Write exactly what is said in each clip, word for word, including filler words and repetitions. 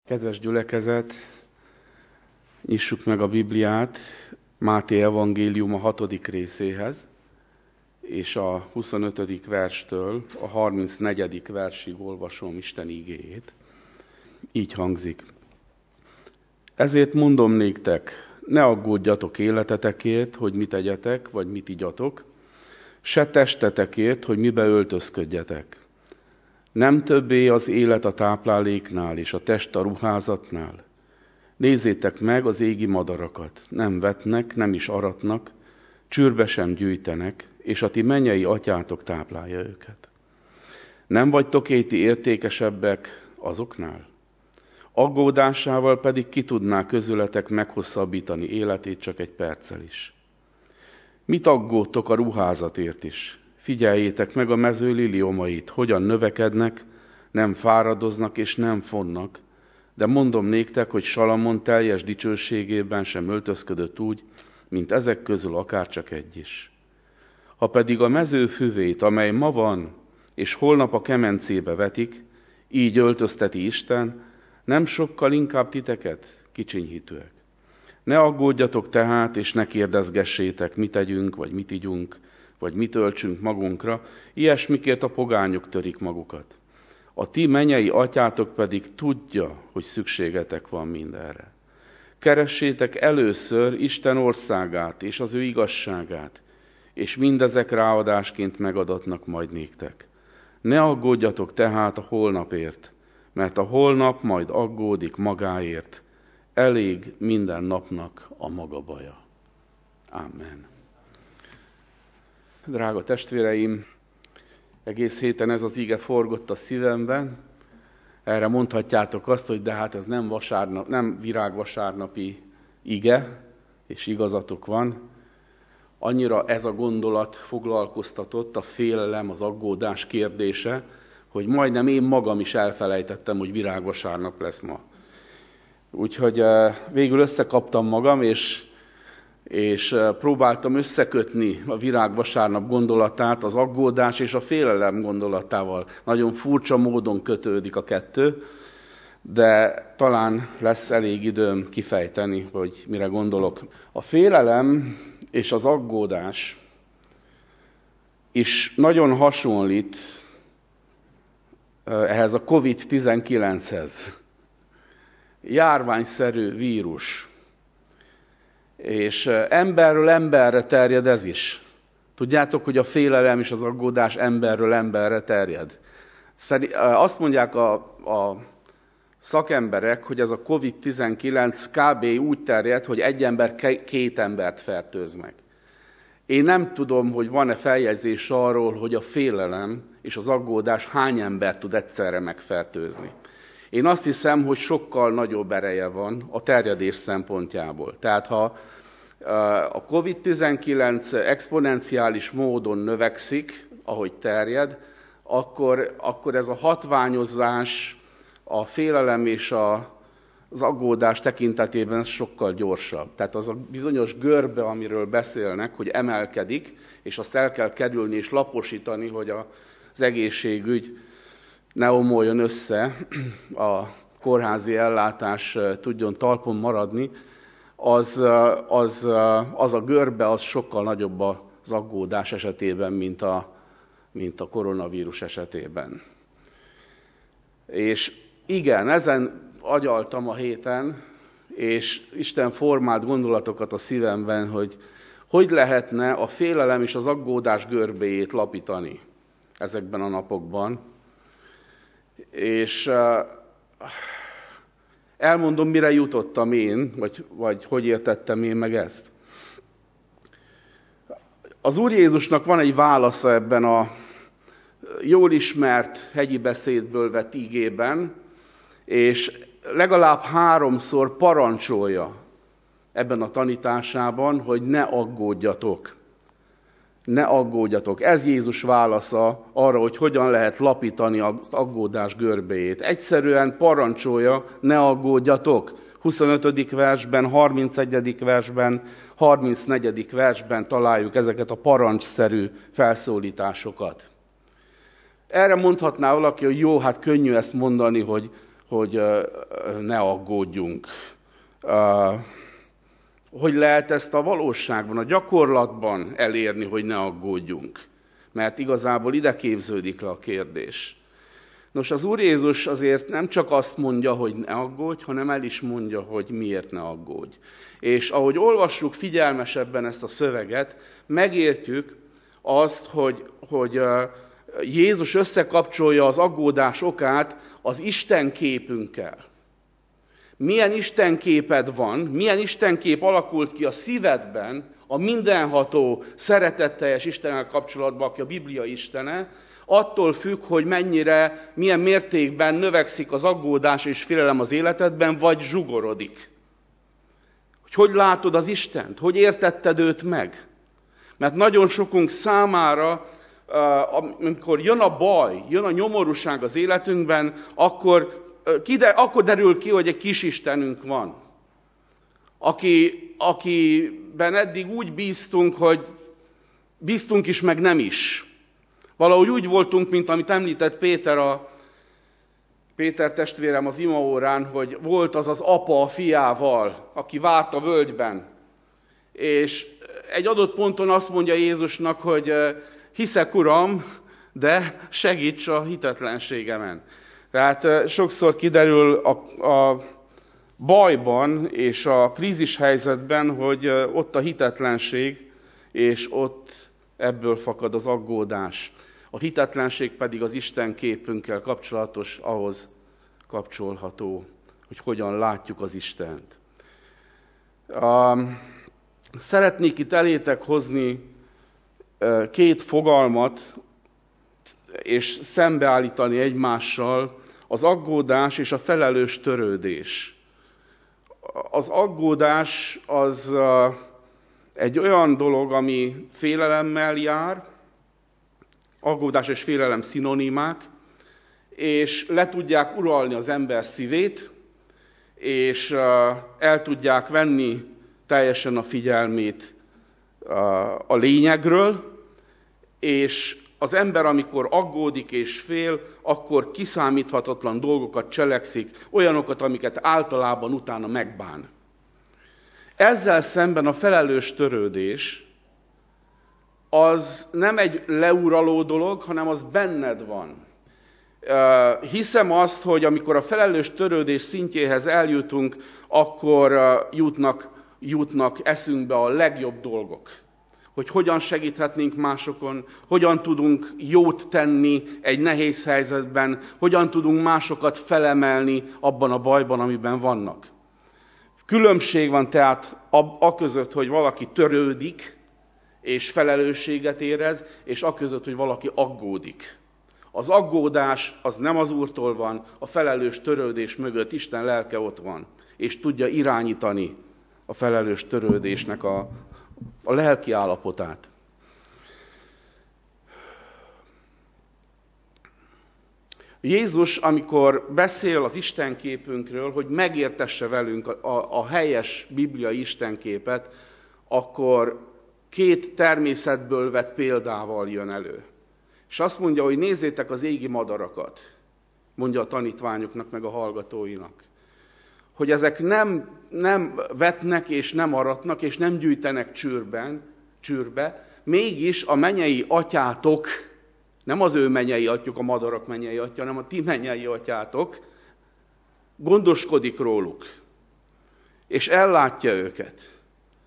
Kedves gyülekezet, nyissuk meg a Bibliát Máté evangélium a hatodik részéhez, és a huszonötödik verstől a harmincnegyedik versig olvasom Isten igéjét. Így hangzik. Ezért mondom néktek, ne aggódjatok életetekért, hogy mit tegyetek, vagy mit igyatok, se testetekért, hogy mibe öltözködjetek. Nem többé az élet a tápláléknál, és a test a ruházatnál. Nézzétek meg az égi madarakat, nem vetnek, nem is aratnak, csőrbe sem gyűjtenek, és a ti mennyei atyátok táplálja őket. Nem vagytok éti értékesebbek azoknál? Aggódásával pedig ki tudná közületek meghosszabbítani életét csak egy perccel is. Mit aggódtok a ruházatért is? Figyeljétek meg a mező liliomait, hogyan növekednek, nem fáradoznak és nem fonnak, de mondom néktek, hogy Salamon teljes dicsőségében sem öltözködött úgy, mint ezek közül akárcsak egy is. Ha pedig a mező füvét, amely ma van, és holnap a kemencébe vetik, így öltözteti Isten, nem sokkal inkább titeket, kicsinyhitőek. Ne aggódjatok tehát, és ne kérdezgessétek, mit tegyünk, vagy mit igyunk, vagy mit öltsünk magunkra, ilyesmikért a pogányok törik magukat. A ti mennyei atyátok pedig tudja, hogy szükségetek van mindenre. Keressétek először Isten országát és az ő igazságát, és mindezek ráadásként megadatnak majd néktek. Ne aggódjatok tehát a holnapért, mert a holnap majd aggódik magáért, elég minden napnak a maga baja. Amen. Drága testvéreim, egész héten ez az ige forgott a szívemben. Erre mondhatjátok azt, hogy de hát ez nem, vasárnap, nem virágvasárnapi ige, és igazatok van. Annyira ez a gondolat foglalkoztatott, a félelem, az aggódás kérdése, hogy majdnem én magam is elfelejtettem, hogy virágvasárnap lesz ma. Úgyhogy végül összekaptam magam, és és próbáltam összekötni a virágvasárnap gondolatát az aggódás és a félelem gondolatával. Nagyon furcsa módon kötődik a kettő, de talán lesz elég időm kifejteni, hogy mire gondolok. A félelem és az aggódás is nagyon hasonlít ehhez a kovid tizenkilenchez. Járványszerű vírus. És emberről emberre terjed ez is. Tudjátok, hogy a félelem és az aggódás emberről emberre terjed. Azt mondják a, a szakemberek, hogy ez a kovid tizenkilenc kb. Úgy terjed, hogy egy ember két embert fertőz meg. Én nem tudom, hogy van-e feljegyzés arról, hogy a félelem és az aggódás hány embert tud egyszerre megfertőzni. Én azt hiszem, hogy sokkal nagyobb ereje van a terjedés szempontjából. Tehát ha a kovid tizenkilenc exponenciális módon növekszik, ahogy terjed, akkor, akkor ez a hatványozás, a félelem és a, az aggódás tekintetében sokkal gyorsabb. Tehát az a bizonyos görbe, amiről beszélnek, hogy emelkedik, és azt el kell kerülni és laposítani, hogy az egészségügy ne omoljon össze, a kórházi ellátás tudjon talpon maradni, az, az, az a görbe az sokkal nagyobb az aggódás esetében, mint a, mint a koronavírus esetében. És igen, ezen agyaltam a héten, és Isten formált gondolatokat a szívemben, hogy hogy lehetne a félelem és az aggódás görbéjét lapítani ezekben a napokban. És elmondom, mire jutottam én, vagy, vagy hogy értettem én meg ezt. Az Úr Jézusnak van egy válasza ebben a jól ismert hegyi beszédből vett ígében, és legalább háromszor parancsolja ebben a tanításában, hogy ne aggódjatok. Ne aggódjatok. Ez Jézus válasza arra, hogy hogyan lehet lapítani az aggódás görbéjét. Egyszerűen parancsolja, ne aggódjatok. huszonötödik versben, harmincegyedik versben, harmincnegyedik versben találjuk ezeket a parancsszerű felszólításokat. Erre mondhatná valaki, hogy jó, hát könnyű ezt mondani, hogy hogy ne aggódjunk. Hogy lehet ezt a valóságban, a gyakorlatban elérni, hogy ne aggódjunk? Mert igazából ide képződik le a kérdés. Nos, az Úr Jézus azért nem csak azt mondja, hogy ne aggódj, hanem el is mondja, hogy miért ne aggódj. És ahogy olvassuk figyelmesebben ezt a szöveget, megértjük azt, hogy, hogy Jézus összekapcsolja az aggódás okát az Isten képünkkel. Milyen istenképed van, milyen istenkép alakult ki a szívedben, a mindenható, szeretetteljes Istennel kapcsolatban, aki a Biblia istene, attól függ, hogy mennyire, milyen mértékben növekszik az aggódás és félelem az életedben, vagy zsugorodik. Hogy hogy látod az Istent, hogy értetted őt meg. Mert nagyon sokunk számára, amikor jön a baj, jön a nyomorúság az életünkben, akkor Akkor derül ki, hogy egy kis Istenünk van, aki, akiben eddig úgy bíztunk, hogy bíztunk is, meg nem is. Valahogy úgy voltunk, mint amit említett Péter, a Péter testvérem az imaórán, hogy volt az az apa a fiával, aki várt a völgyben. És egy adott ponton azt mondja Jézusnak, hogy hiszek, Uram, de segíts a hitetlenségemen. Tehát sokszor kiderül a, a bajban és a krízis helyzetben, hogy ott a hitetlenség, és ott ebből fakad az aggódás. A hitetlenség pedig az Isten képünkkel kapcsolatos, ahhoz kapcsolható, hogy hogyan látjuk az Istent. Szeretnék itt elétek hozni két fogalmat, és szembeállítani egymással az aggódás és a felelős törődés. Az aggódás az egy olyan dolog, ami félelemmel jár, aggódás és félelem szinonimák, és le tudják uralni az ember szívét, és el tudják venni teljesen a figyelmét a lényegről, és az ember, amikor aggódik és fél, akkor kiszámíthatatlan dolgokat cselekszik, olyanokat, amiket általában utána megbán. Ezzel szemben a felelős törődés az nem egy leuraló dolog, hanem az benned van. Hiszem azt, hogy amikor a felelős törődés szintjéhez eljutunk, akkor jutnak, jutnak eszünkbe a legjobb dolgok. Hogy hogyan segíthetnénk másokon, hogyan tudunk jót tenni egy nehéz helyzetben, hogyan tudunk másokat felemelni abban a bajban, amiben vannak. Különbség van tehát aközött, hogy valaki törődik, és felelősséget érez, és aközött, hogy valaki aggódik. Az aggódás az nem az Úrtól van, a felelős törődés mögött Isten lelke ott van, és tudja irányítani a felelős törődésnek a, a lelki állapotát. Jézus, amikor beszél az istenképünkről, hogy megértesse velünk a, a, a helyes bibliai istenképet, akkor két természetből vett példával jön elő. És azt mondja, hogy nézzétek az égi madarakat, mondja a tanítványoknak, meg a hallgatóinak. Hogy ezek nem, nem vetnek, és nem aratnak, és nem gyűjtenek csűrben, csűrbe, mégis a mennyei atyátok, nem az ő mennyei atyuk, a madarak mennyei atya, hanem a ti mennyei atyátok gondoskodik róluk, és ellátja őket.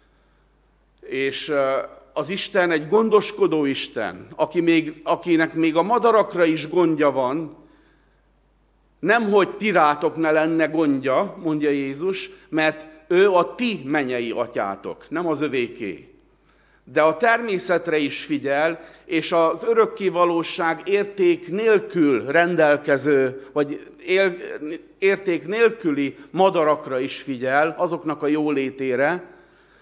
És az Isten egy gondoskodó Isten, aki még, akinek még a madarakra is gondja van, nemhogy ti rátok ne lenne gondja, mondja Jézus, mert ő a ti mennyei atyátok, nem az övéké. De a természetre is figyel, és az örökkévalóság érték nélkül rendelkező, vagy érték nélküli madarakra is figyel, azoknak a jólétére,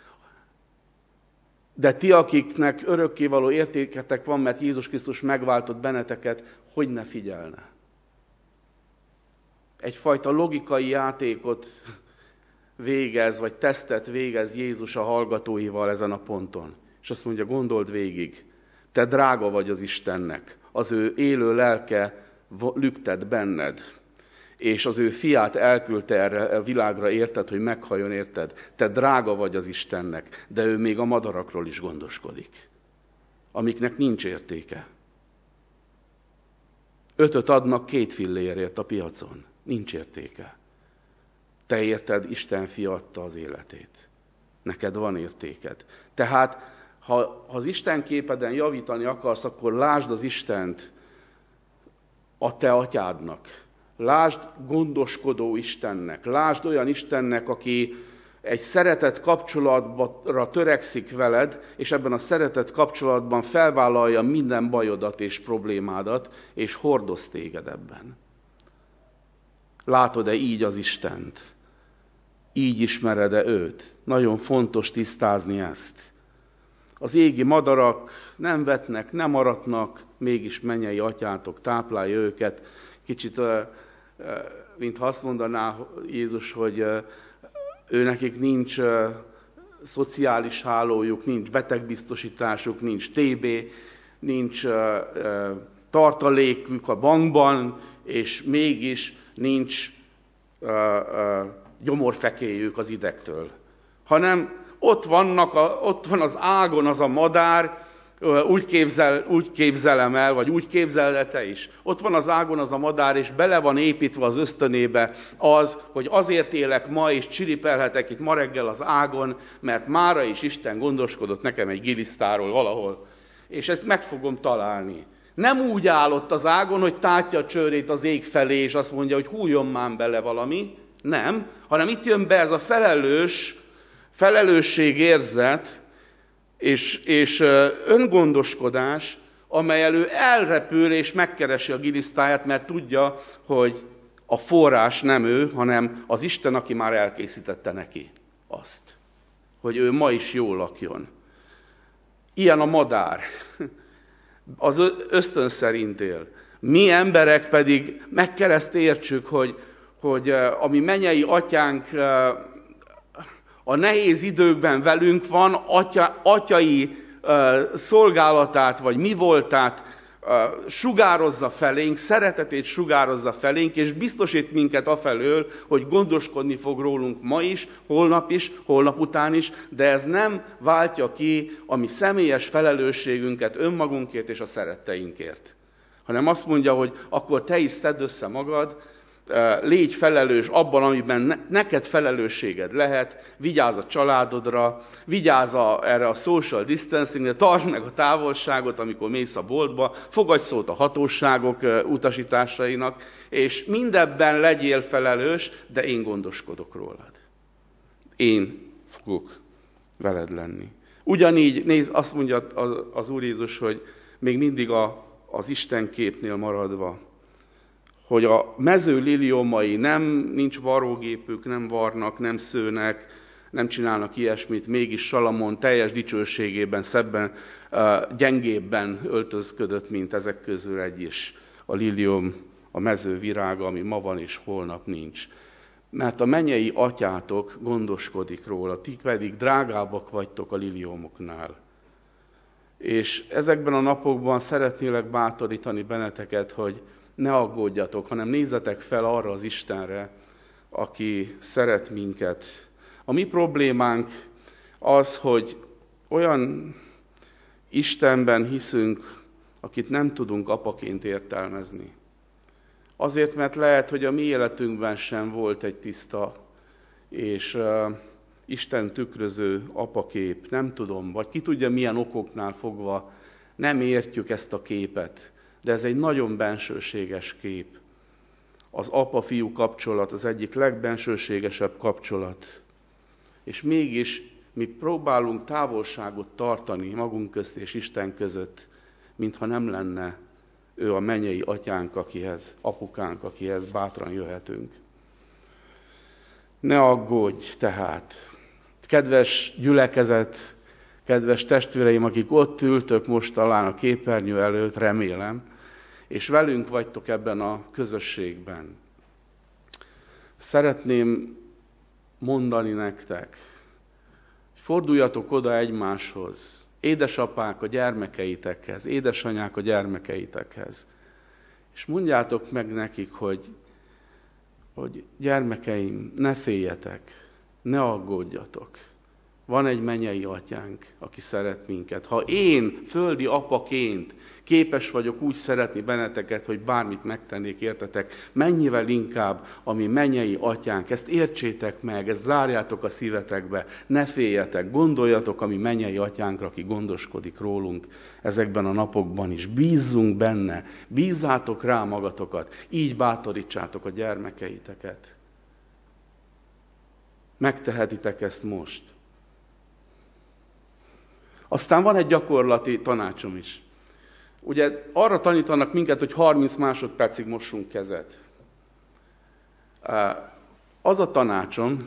de ti, akiknek örökkévaló értéketek van, mert Jézus Krisztus megváltott benneteket, hogy ne figyelne? Egyfajta logikai játékot végez, vagy tesztet végez Jézus a hallgatóival ezen a ponton. És azt mondja, gondold végig, te drága vagy az Istennek, az ő élő lelke lüktet benned. és az ő fiát elküldte erre a világra, érted, hogy meghalljon, érted? Te drága vagy az Istennek, de ő még a madarakról is gondoskodik, amiknek nincs értéke. Ötöt adnak két fillérért a piacon, nincs értéke. Te érted, Isten fia adta az életét. Neked van értéked. Tehát, ha, ha az Isten képeden javítani akarsz, akkor lásd az Istent a te atyádnak. Lásd gondoskodó Istennek. Lásd olyan Istennek, aki egy szeretett kapcsolatra törekszik veled, és ebben a szeretett kapcsolatban felvállalja minden bajodat és problémádat, és hordoz téged ebben. Látod-e így az Istent? Így ismered-e őt? Nagyon fontos tisztázni ezt. Az égi madarak nem vetnek, nem aratnak, mégis mennyei atyátok táplálja őket. Kicsit, mintha azt mondaná Jézus, hogy ő nekik nincs szociális hálójuk, nincs betegbiztosításuk, nincs té bé, nincs tartalékük a bankban, és mégis nincs gyomorfekélyük az idegtől. Hanem ott, vannak a, ott van az ágon az a madár, úgy, képzel, úgy képzelem el, vagy úgy képzeled te is. Ott van az ágon az a madár, és bele van építve az ösztönébe az, hogy azért élek ma, és csiripelhetek itt ma reggel az ágon, mert mára is Isten gondoskodott nekem egy gilisztáról valahol. És ezt meg fogom találni. Nem úgy állott az ágon, hogy tátja a csőrét az ég felé, és azt mondja, hogy hújjon már bele valami. Nem, hanem itt jön be ez a felelős, felelősségérzet, és, és öngondoskodás, amely elő elrepül és megkeresi a gilisztáját, mert tudja, hogy a forrás nem ő, hanem az Isten, aki már elkészítette neki azt, hogy ő ma is jól lakjon. Ilyen a madár, az ösztön szerint él. Mi emberek pedig meg kell ezt értsük, hogy, hogy a mi mennyei atyánk a nehéz időkben velünk van, atya, atyai uh, szolgálatát, vagy mi voltát uh, sugározza felénk, szeretetét sugározza felénk, és biztosít minket afelől, hogy gondoskodni fog rólunk ma is, holnap is, holnap után is, de ez nem váltja ki a mi személyes felelősségünket önmagunkért és a szeretteinkért. Hanem azt mondja, hogy akkor te is szedd össze magad, légy felelős abban, amiben neked felelősséged lehet, vigyázz a családodra, vigyázz a, erre a social distancingre, tartsd meg a távolságot, amikor mész a boltba, fogadj szót a hatóságok utasításainak, és mindebben legyél felelős, de én gondoskodok rólad. Én fogok veled lenni. Ugyanígy, nézd, azt mondja az Úr Jézus, hogy még mindig a, az Isten képnél maradva, hogy a mező liliomai nem, nincs varrógépük, nem varnak, nem szőnek, nem csinálnak ilyesmit, mégis Salamon teljes dicsőségében, szebben, gyengébben öltözködött, mint ezek közül egy is. A liliom, a mező virága, ami ma van és holnap nincs. Mert a mennyei atyátok gondoskodik róla, ti pedig drágábbak vagytok a liliomoknál. És ezekben a napokban szeretnélek bátorítani benneteket, hogy ne aggódjatok, hanem nézzetek fel arra az Istenre, aki szeret minket. A mi problémánk az, hogy olyan Istenben hiszünk, akit nem tudunk apaként értelmezni. Azért, mert lehet, hogy a mi életünkben sem volt egy tiszta és uh, Isten tükröző apakép, nem tudom, vagy ki tudja milyen okoknál fogva nem értjük ezt a képet. De ez egy nagyon bensőséges kép. Az apa-fiú kapcsolat az egyik legbensőségesebb kapcsolat. És mégis mi próbálunk távolságot tartani magunk közt és Isten között, mintha nem lenne ő a mennyei atyánk, akihez, apukánk, akihez bátran jöhetünk. Ne aggódj tehát, kedves gyülekezet, kedves testvéreim, akik ott ültök most talán a képernyő előtt, remélem, és velünk vagytok ebben a közösségben. Szeretném mondani nektek, hogy forduljatok oda egymáshoz, édesapák a gyermekeitekhez, édesanyák a gyermekeitekhez, és mondjátok meg nekik, hogy hogy gyermekeim, ne féljetek, ne aggódjatok. Van egy mennyei atyánk, aki szeret minket. Ha én földi apaként képes vagyok úgy szeretni benneteket, hogy bármit megtennék értetek, mennyivel inkább a mi mennyei atyánk. Ezt értsétek meg, ezt zárjátok a szívetekbe, ne féljetek, gondoljatok a mi mennyei atyánkra, aki gondoskodik rólunk ezekben a napokban is. Bízzunk benne, bízzátok rá magatokat, így bátorítsátok a gyermekeiteket. Megtehetitek ezt most. Aztán van egy gyakorlati tanácsom is. Ugye arra tanítanak minket, hogy harminc másodpercig mossunk kezet. Az a tanácsom,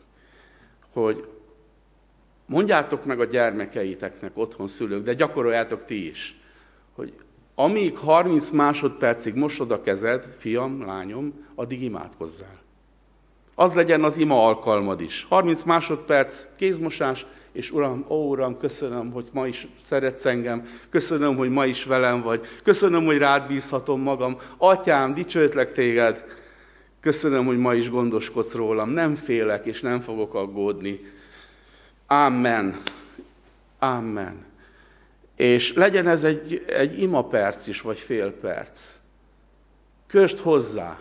hogy mondjátok meg a gyermekeiteknek, otthon szülők, de gyakoroljátok ti is, hogy amíg harminc másodpercig mosod a kezed, fiam, lányom, addig imádkozzál. Az legyen az ima alkalmad is. harminc másodperc kézmosás, és Uram, ó Uram, köszönöm, hogy ma is szeretsz engem, köszönöm, hogy ma is velem vagy, köszönöm, hogy rád bízhatom magam, Atyám, dicsőtlek téged, köszönöm, hogy ma is gondoskodsz rólam, nem félek, és nem fogok aggódni. Amen. Amen. És legyen ez egy, egy ima perc is, vagy fél perc. Kösd hozzá,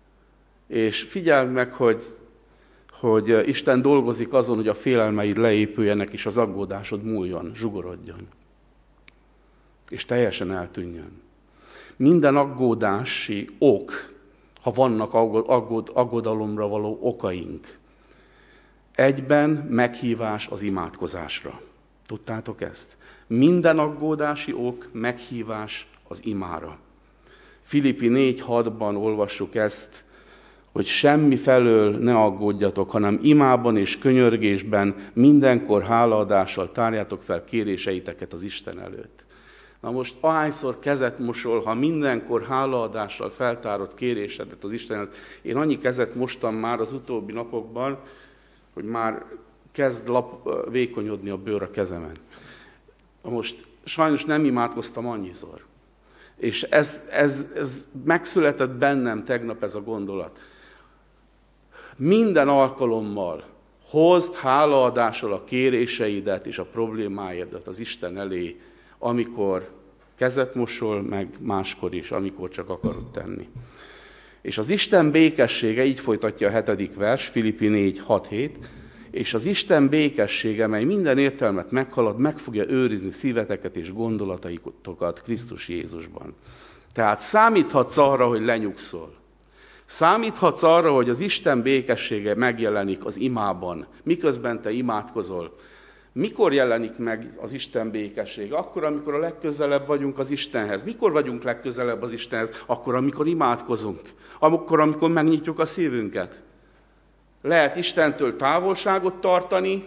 és figyeld meg, hogy hogy Isten dolgozik azon, hogy a félelmeid leépüljenek, és az aggódásod múljon, zsugorodjon. És teljesen eltűnjön. Minden aggódási ok, ha vannak aggód, aggodalomra való okaink, egyben meghívás az imádkozásra. Tudtátok ezt? Minden aggódási ok meghívás az imára. Filippi négy hatban olvassuk ezt, hogy semmi felől ne aggódjatok, hanem imában és könyörgésben mindenkor hálaadással tárjátok fel kéréseiteket az Isten előtt. Na most ahányszor kezet mosol, ha mindenkor hálaadással feltárod kérésedet az Isten előtt. Én annyi kezet mostam már az utóbbi napokban, hogy már kezd lap, vékonyodni a bőr a kezemen. Most sajnos nem imádkoztam annyiszor. És ez, ez, ez megszületett bennem tegnap ez a gondolat. Minden alkalommal hozd hálaadással a kéréseidet és a problémáidat az Isten elé, amikor kezet mosol, meg máskor is, amikor csak akarod tenni. És az Isten békessége, így folytatja a hetedik vers, Filippi négy hat hét, és az Isten békessége, mely minden értelmet meghalad, meg fogja őrizni szíveteket és gondolataitokat Krisztus Jézusban. Tehát számíthatsz arra, hogy lenyugszol. Számíthatsz arra, hogy az Isten békessége megjelenik az imában, miközben te imádkozol. Mikor jelenik meg az Isten békessége? Akkor, amikor a legközelebb vagyunk az Istenhez. Mikor vagyunk legközelebb az Istenhez? Akkor, amikor imádkozunk. Akkor, amikor megnyitjuk a szívünket. Lehet Istentől távolságot tartani,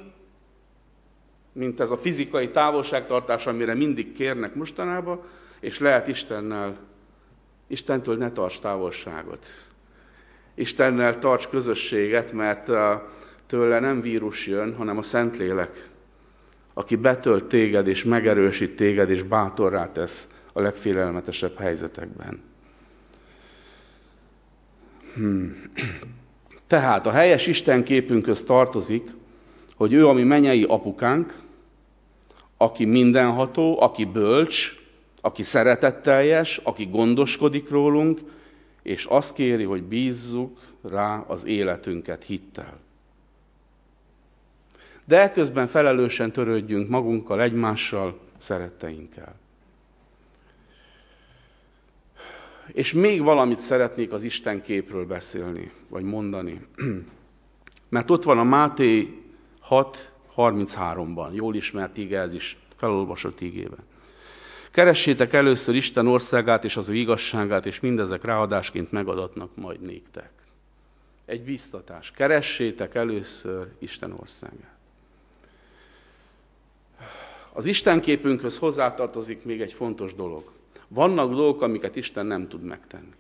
mint ez a fizikai távolságtartás, amire mindig kérnek mostanában, és lehet Istennel, Istentől ne tarts távolságot. Istennel tarts közösséget, mert tőle nem vírus jön, hanem a Szentlélek, aki betölt téged, és megerősít téged, és bátorrá tesz a legfélelmetesebb helyzetekben. Hmm. Tehát a helyes Isten képünkhöz tartozik, hogy ő a mi mennyei apukánk, aki mindenható, aki bölcs, aki szeretetteljes, aki gondoskodik rólunk, és azt kéri, hogy bízzuk rá az életünket hittel. De eközben felelősen törődjünk magunkkal, egymással, szeretteinkkel. És még valamit szeretnék az Isten képről beszélni, vagy mondani. Mert ott van a Máté hat harminchárom-ban, jól ismert ige ez is, felolvasott igében. Keressétek először Isten országát és az ő igazságát, és mindezek ráadásként megadatnak majd néktek. Egy biztatás. Keressétek először Isten országát. Az Isten képünkhöz hozzátartozik még egy fontos dolog. Vannak dolgok, amiket Isten nem tud megtenni.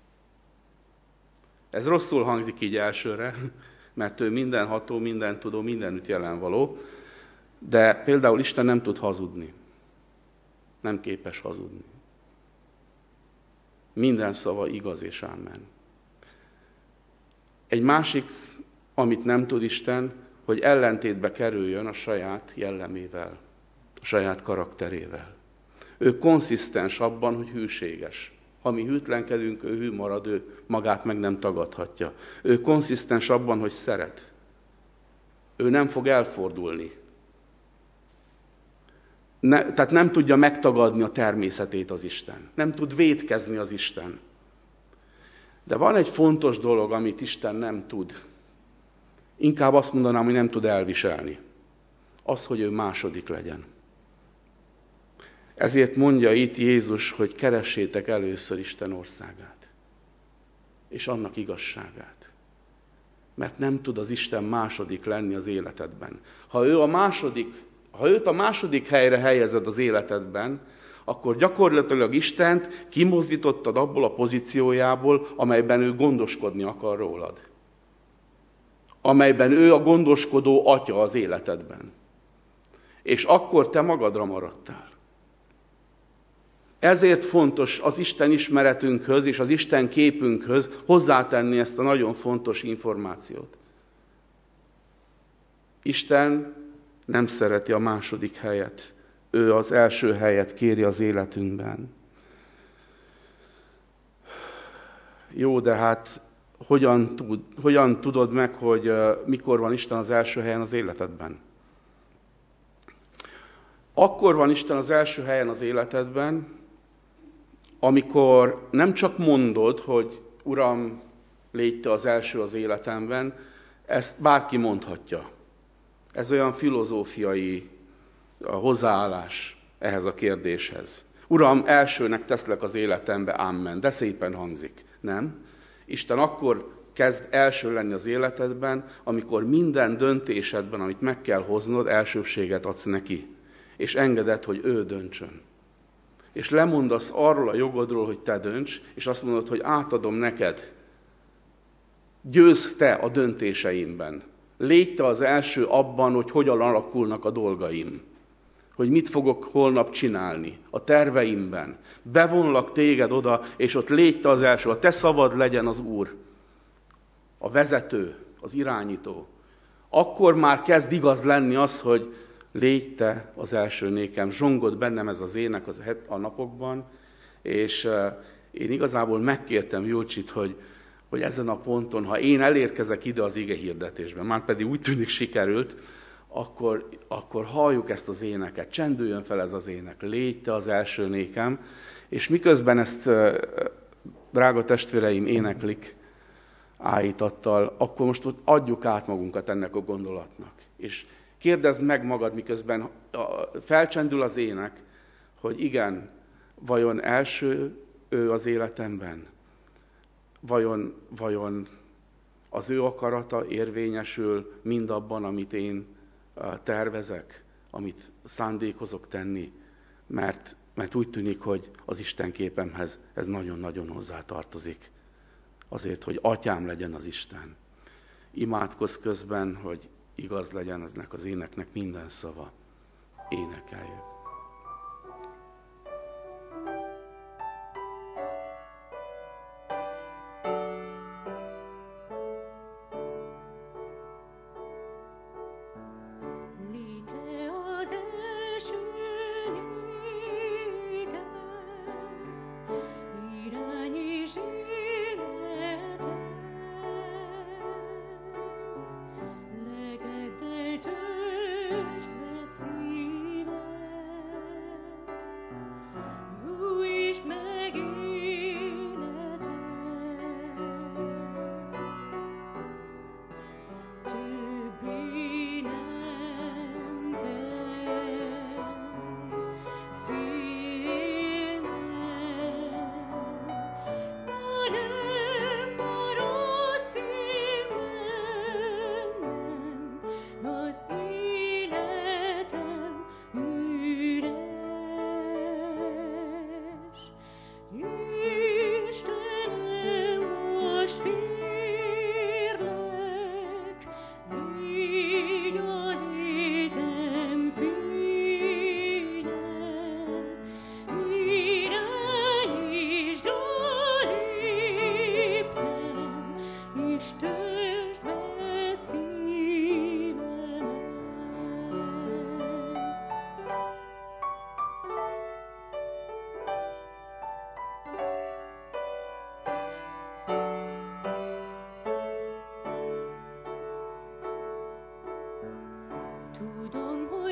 Ez rosszul hangzik így elsőre, mert ő mindenható, mindentudó, mindenütt jelenvaló, de például Isten nem tud hazudni. Nem képes hazudni. Minden szava igaz és ámen. Egy másik, amit nem tud Isten, hogy ellentétbe kerüljön a saját jellemével, a saját karakterével. Ő konszisztens abban, hogy hűséges. Ha mi hűtlenkedünk, ő hű marad, ő magát meg nem tagadhatja. Ő konszisztens abban, hogy szeret. Ő nem fog elfordulni. Ne, tehát nem tudja megtagadni a természetét az Isten. Nem tud vétkezni az Isten. De van egy fontos dolog, amit Isten nem tud. Inkább azt mondanám, hogy nem tud elviselni. Az, hogy ő második legyen. Ezért mondja itt Jézus, hogy keressétek először Isten országát. És annak igazságát. Mert nem tud az Isten második lenni az életedben. Ha, ő a második, ha őt a második helyre helyezed az életedben, akkor gyakorlatilag Istent kimozdítottad abból a pozíciójából, amelyben ő gondoskodni akar rólad. Amelyben ő a gondoskodó atya az életedben. És akkor te magadra maradtál. Ezért fontos az Isten ismeretünkhöz és az Isten képünkhöz hozzátenni ezt a nagyon fontos információt. Isten nem szereti a második helyet. Ő az első helyet kéri az életünkben. Jó, de hát hogyan, tud, hogyan tudod meg, hogy mikor van Isten az első helyen az életedben? Akkor van Isten az első helyen az életedben, amikor nem csak mondod, hogy Uram, légy te az első az életemben, ezt bárki mondhatja. Ez olyan filozófiai hozzáállás ehhez a kérdéshez. Uram, elsőnek teszlek az életembe, amen, de szépen hangzik. Nem? Isten akkor kezd első lenni az életedben, amikor minden döntésedben, amit meg kell hoznod, elsőbséget adsz neki. És engeded, hogy ő döntsön. És lemondasz arról a jogodról, hogy te dönts, és azt mondod, hogy átadom neked. Győzz te a döntéseimben. Légy te az első abban, hogy hogyan alakulnak a dolgaim. Hogy mit fogok holnap csinálni a terveimben. Bevonlak téged oda, és ott légy te az első. A te szavad legyen az Úr. A vezető, az irányító. Akkor már kezd igaz lenni az, hogy légy te az első nékem. Zsongott bennem ez az ének az a napokban, és én igazából megkértem Julcsit, hogy, hogy ezen a ponton, ha én elérkezek ide az ige hirdetésben, már pedig úgy tűnik sikerült, akkor, akkor halljuk ezt az éneket, csendüljön fel ez az ének, légy te az első nékem, és miközben ezt, drága testvéreim, éneklik áhítattal, akkor most adjuk át magunkat ennek a gondolatnak. És kérdezd meg magad, miközben felcsendül az ének, hogy igen, vajon első ő az életemben? Vajon, vajon az ő akarata érvényesül mindabban, amit én tervezek, amit szándékozok tenni? Mert, mert úgy tűnik, hogy az Isten képemhez ez nagyon-nagyon hozzátartozik. Azért, hogy atyám legyen az Isten. Imádkozz közben, hogy igaz legyen eznek az éneknek minden szava. Énekeljük. Leged el tösd be szívem,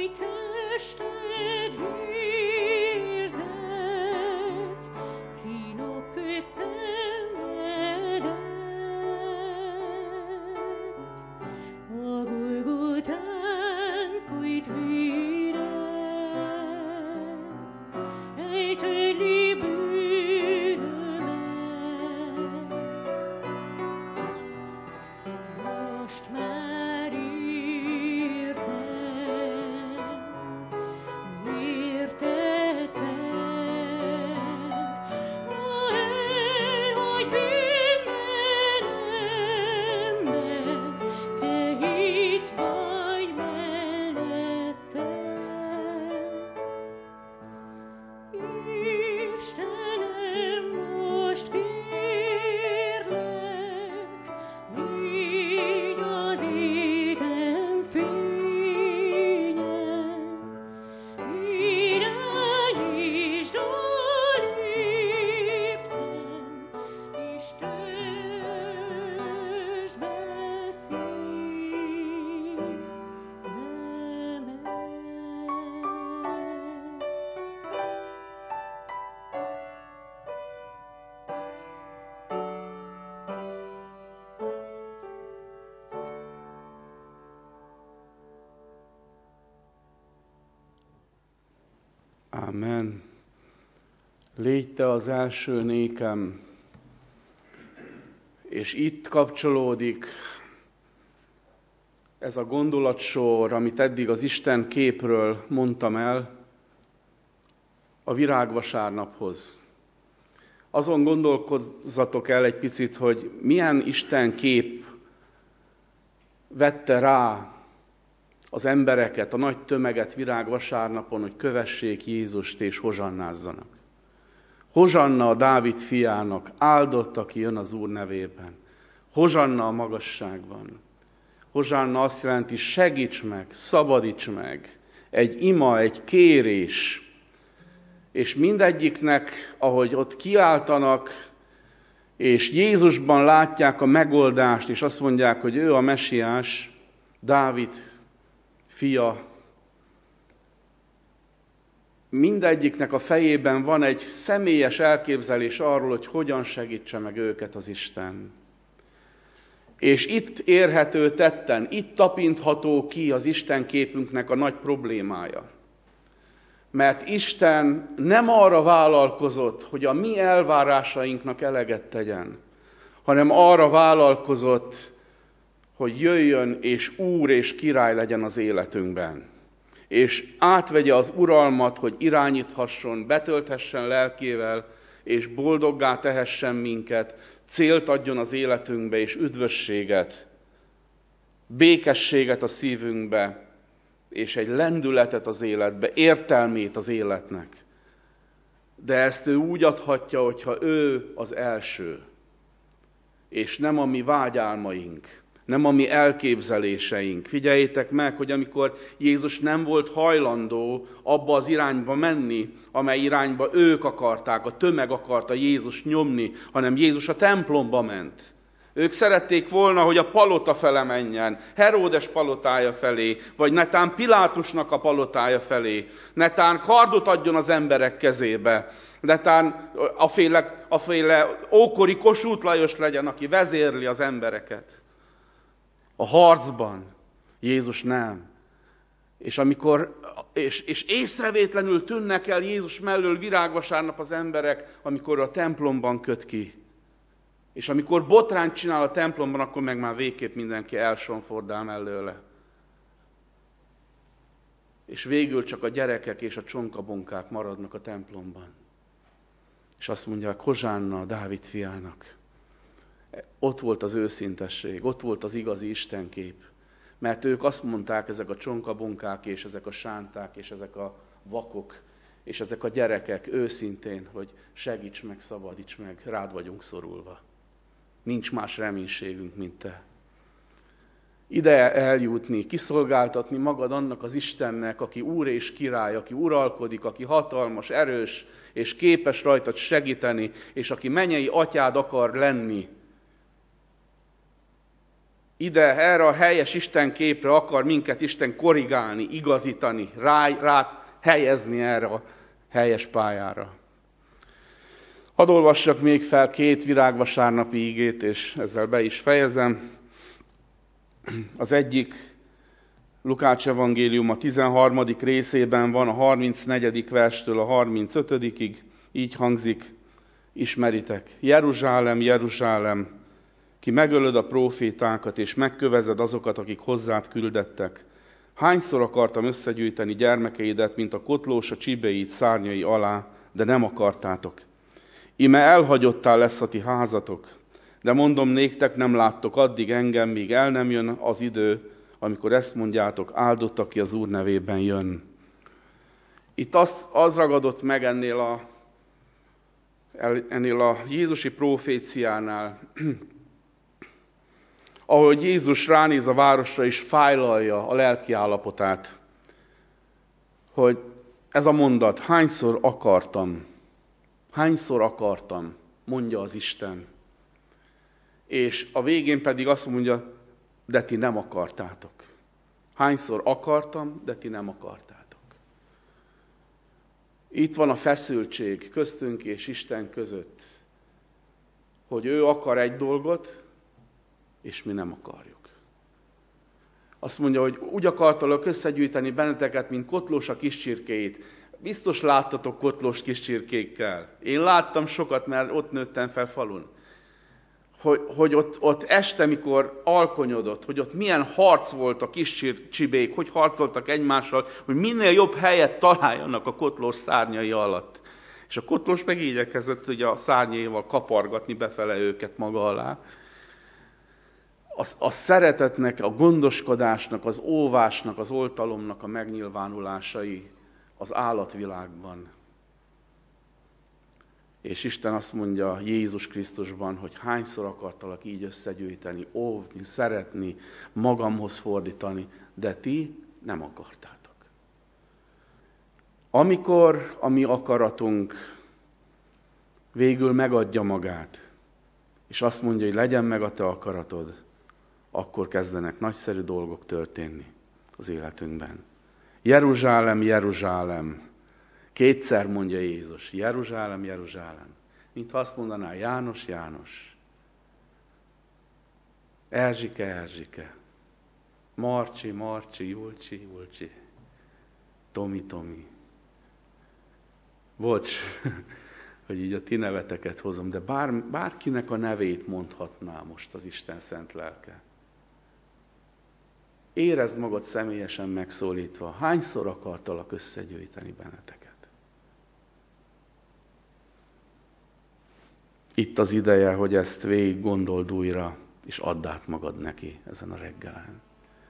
Amen. Légy te az első nékem, és itt kapcsolódik ez a gondolatsor, amit eddig az Isten képről mondtam el, a virágvasárnaphoz. Azon gondolkozzatok el egy picit, hogy milyen Isten kép vette rá az embereket, a nagy tömeget virágvasárnapon, hogy kövessék Jézust és hozsannázzanak. Hozsanna a Dávid fiának, áldott, aki jön az Úr nevében. Hozsanna a magasságban. Hozsanna azt jelenti, segíts meg, szabadíts meg. Egy ima, egy kérés. És mindegyiknek, ahogy ott kiáltanak, és Jézusban látják a megoldást, és azt mondják, hogy ő a mesiás, Dávid fia, mindegyiknek a fejében van egy személyes elképzelés arról, hogy hogyan segítse meg őket az Isten. És itt érhető tetten, itt tapintható ki az Isten képünknek a nagy problémája. Mert Isten nem arra vállalkozott, hogy a mi elvárásainknak eleget tegyen, hanem arra vállalkozott, hogy jöjjön és Úr és Király legyen az életünkben. És átvegye az uralmat, hogy irányíthasson, betölthessen lelkével, és boldoggá tehessen minket, célt adjon az életünkbe, és üdvösséget, békességet a szívünkbe, és egy lendületet az életbe, értelmét az életnek. De ezt ő úgy adhatja, hogyha ő az első, és nem a mi vágyálmaink, nem a mi elképzeléseink. Figyeljétek meg, hogy amikor Jézus nem volt hajlandó abba az irányba menni, amely irányba ők akarták, a tömeg akarta Jézus nyomni, hanem Jézus a templomba ment. Ők szerették volna, hogy a palota fele menjen, Heródes palotája felé, vagy netán Pilátusnak a palotája felé, netán kardot adjon az emberek kezébe, netán aféle, aféle ókori Kossuth Lajos legyen, aki vezérli az embereket. A harcban Jézus nem. És amikor és, és észrevétlenül tűnnek el Jézus mellől virágvasárnap az emberek, amikor a templomban köt ki. És amikor botrányt csinál a templomban, akkor meg már végképp mindenki elsonfordál mellőle. És végül csak a gyerekek és a csonkabonkák maradnak a templomban. És azt mondják, hozsánna a Dávid fiának. Ott volt az őszintesség, ott volt az igazi istenkép. Mert ők azt mondták, ezek a csonkabonkák, és ezek a sánták, és ezek a vakok, és ezek a gyerekek őszintén, hogy segíts meg, szabadíts meg, rád vagyunk szorulva. Nincs más reménységünk, mint te. Ide eljutni, kiszolgáltatni magad annak az Istennek, aki Úr és Király, aki uralkodik, aki hatalmas, erős, és képes rajtad segíteni, és aki mennyei atyád akar lenni. ide, erre a helyes Isten képre akar minket Isten korrigálni, igazítani, rá, rá helyezni erre a helyes pályára. Hadd olvassak még fel két virágvasárnapi igét, és ezzel be is fejezem. Az egyik Lukács evangélium a tizenharmadik részében van, a harmincnegyedik verstől a harmincötödikig, így hangzik, ismeritek. Jeruzsálem, Jeruzsálem, ki megölöd a prófétákat, és megkövezed azokat, akik hozzád küldettek. Hányszor akartam összegyűjteni gyermekeidet, mint a kotlós a csibéit szárnyai alá, de nem akartátok. Íme elhagyottá lesz a ti házatok, de mondom néktek, nem láttok addig engem, míg el nem jön az idő, amikor ezt mondjátok, áldott, aki az Úr nevében jön. Itt azt, az ragadott meg ennél a, ennél a jézusi proféciánál, ahogy Jézus ránéz a városra és fájlalja a lelki állapotát, hogy ez a mondat, hányszor akartam, hányszor akartam, mondja az Isten. És a végén pedig azt mondja, de ti nem akartátok. Hányszor akartam, de ti nem akartátok. Itt van a feszültség köztünk és Isten között, hogy ő akar egy dolgot, és mi nem akarjuk. Azt mondja, hogy úgy akartalak összegyűjteni benneteket, mint kotlós a kis csirkéit. Biztos láttatok kotlós kis csirkékkel. Én láttam sokat, mert ott nőttem fel falun. Hogy, hogy ott, ott este, mikor alkonyodott, hogy ott milyen harc volt a kis csibék, hogy harcoltak egymással, hogy minél jobb helyet találjanak a kotlós szárnyai alatt. És a kotlós meg igyekezett ugye a szárnyaival kapargatni befele őket maga alá. A, a szeretetnek, a gondoskodásnak, az óvásnak, az oltalomnak a megnyilvánulásai az állatvilágban. És Isten azt mondja Jézus Krisztusban, hogy hányszor akartalak így összegyűjteni, óvni, szeretni, magamhoz fordítani, de ti nem akartátok. Amikor a mi akaratunk végül megadja magát, és azt mondja, hogy legyen meg a te akaratod, akkor kezdenek nagyszerű dolgok történni az életünkben. Jeruzsálem, Jeruzsálem. Kétszer mondja Jézus, Jeruzsálem, Jeruzsálem. Mintha azt mondaná, János, János. Erzsike, Erzsike. Marcsi, Marcsi, Julcsi, Julcsi. Tomi, Tomi. Bocs, hogy így a ti neveteket hozom, de bár, bárkinek a nevét mondhatná most az Isten szent lelke. Érezd magad személyesen megszólítva, hányszor akartalak összegyűjteni benneteket. Itt az ideje, hogy ezt végig gondold újra, és add át magad neki ezen a reggelen.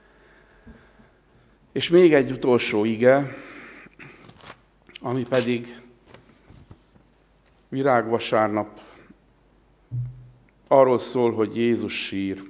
És még egy utolsó ige, ami pedig virágvasárnap arról szól, hogy Jézus sír.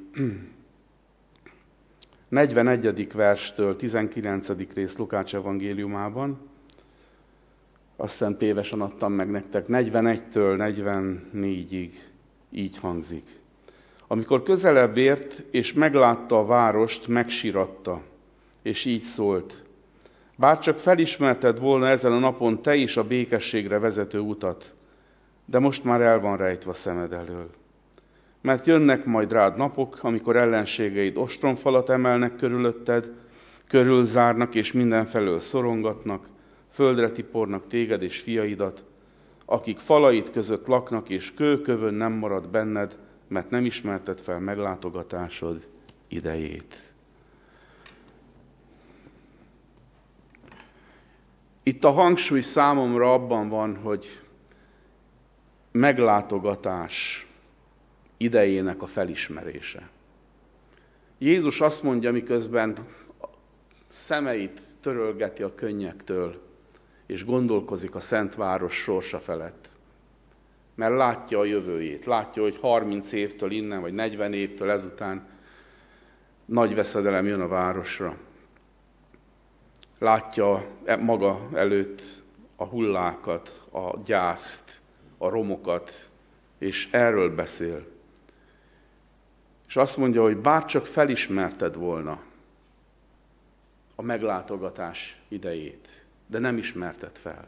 negyvenegyedik verstől tizenkilencedik rész Lukács evangéliumában, azt hiszem tévesen adtam meg nektek, negyvenegytől negyvennégyig így hangzik. Amikor közelebb ért, és meglátta a várost, megsiratta, és így szólt. Bárcsak felismerted volna ezen a napon te is a békességre vezető utat, de most már el van rejtve a szemed elől. Mert jönnek majd rád napok, amikor ellenségeid ostromfalat emelnek körülötted, körülzárnak és mindenfelől szorongatnak, földre tipornak téged és fiaidat, akik falait között laknak, és kőkövön nem marad benned, mert nem ismerted fel meglátogatásod idejét. Itt a hangsúly számomra abban van, hogy meglátogatás idejének a felismerése. Jézus azt mondja, miközben szemeit törölgeti a könnyektől, és gondolkozik a Szent Város sorsa felett. Mert látja a jövőjét, látja, hogy harminc évtől innen, vagy negyven évtől ezután nagy veszedelem jön a városra. Látja maga előtt a hullákat, a gyászt, a romokat, és erről beszél. És azt mondja, hogy bárcsak felismerted volna a meglátogatás idejét, de nem ismerted fel.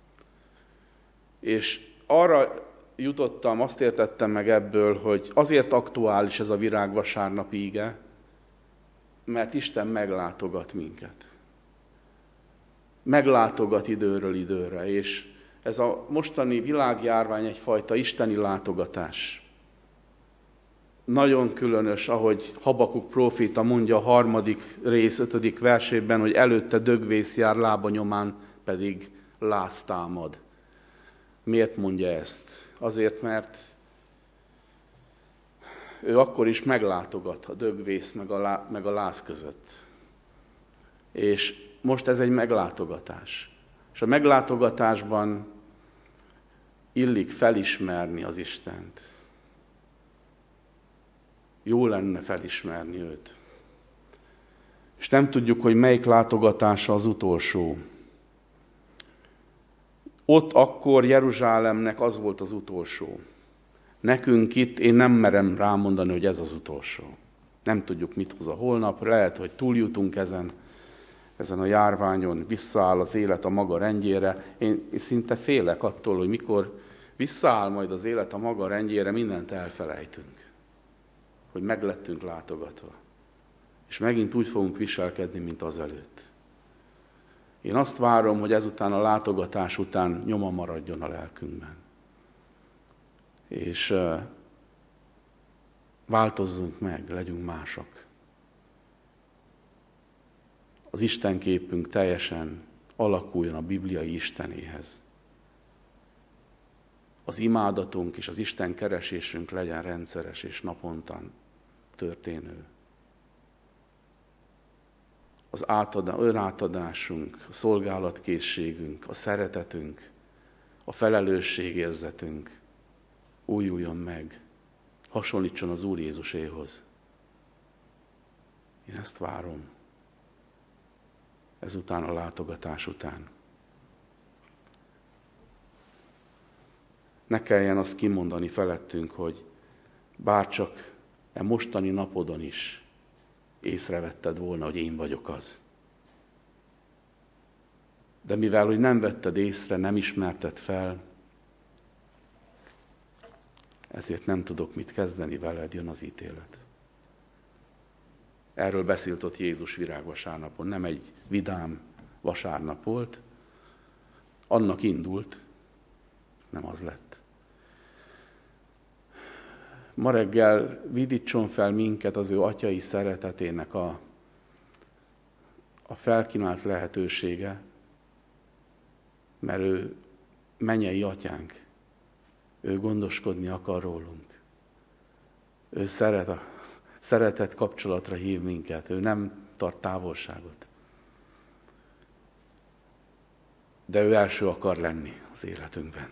És arra jutottam, azt értettem meg ebből, hogy azért aktuális ez a virágvasárnapi ige, mert Isten meglátogat minket. Meglátogat időről időre, és ez a mostani világjárvány egyfajta isteni látogatás. Nagyon különös, ahogy Habakuk próféta mondja a harmadik rész, ötödik versében, hogy előtte dögvész jár, lábanyomán pedig láz támad. Miért mondja ezt? Azért, mert ő akkor is meglátogat a dögvész meg a, lá, meg a láz között. És most ez egy meglátogatás. És a meglátogatásban illik felismerni az Istent. Jó lenne felismerni őt. És nem tudjuk, hogy melyik látogatása az utolsó. Ott akkor Jeruzsálemnek az volt az utolsó. Nekünk itt, én nem merem rámondani, hogy ez az utolsó. Nem tudjuk, mit hoz a holnap, lehet, hogy túljutunk ezen, ezen a járványon, visszaáll az élet a maga rendjére. Én szinte félek attól, hogy mikor visszaáll majd az élet a maga rendjére, mindent elfelejtünk. Hogy meglettünk látogatva. És megint úgy fogunk viselkedni, mint azelőtt. Én azt várom, hogy ezután a látogatás után nyoma maradjon a lelkünkben. És uh, változzunk meg, legyünk mások. Az Isten képünk teljesen alakuljon a bibliai Istenéhez. Az imádatunk és az Isten keresésünk legyen rendszeres és naponta történő. Az átadá, önátadásunk, a szolgálatkészségünk, a szeretetünk, a felelősségérzetünk újuljon meg, hasonlítson az Úr Jézuséhoz. Én ezt várom. Ezután a látogatás után. Ne kelljen azt kimondani felettünk, hogy bárcsak e mostani napodon is észrevetted volna, hogy én vagyok az. De mivel, hogy nem vetted észre, nem ismerted fel, ezért nem tudok mit kezdeni veled, jön az ítélet. Erről beszélt ott Jézus virágvasárnapon. Nem egy vidám vasárnap volt, annak indult, nem az lett. Ma reggel vidítson fel minket az ő atyai szeretetének a, a felkínált lehetősége, mert ő mennyei atyánk, ő gondoskodni akar rólunk. Ő szeret a, szeretett kapcsolatra hív minket, ő nem tart távolságot. De ő első akar lenni az életünkben.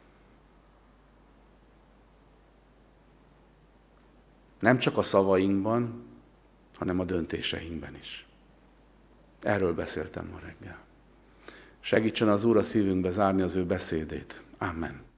Nem csak a szavainkban, hanem a döntéseinkben is. Erről beszéltem ma reggel. Segítsen az Úr a szívünkbe zárni az ő beszédét. Amen.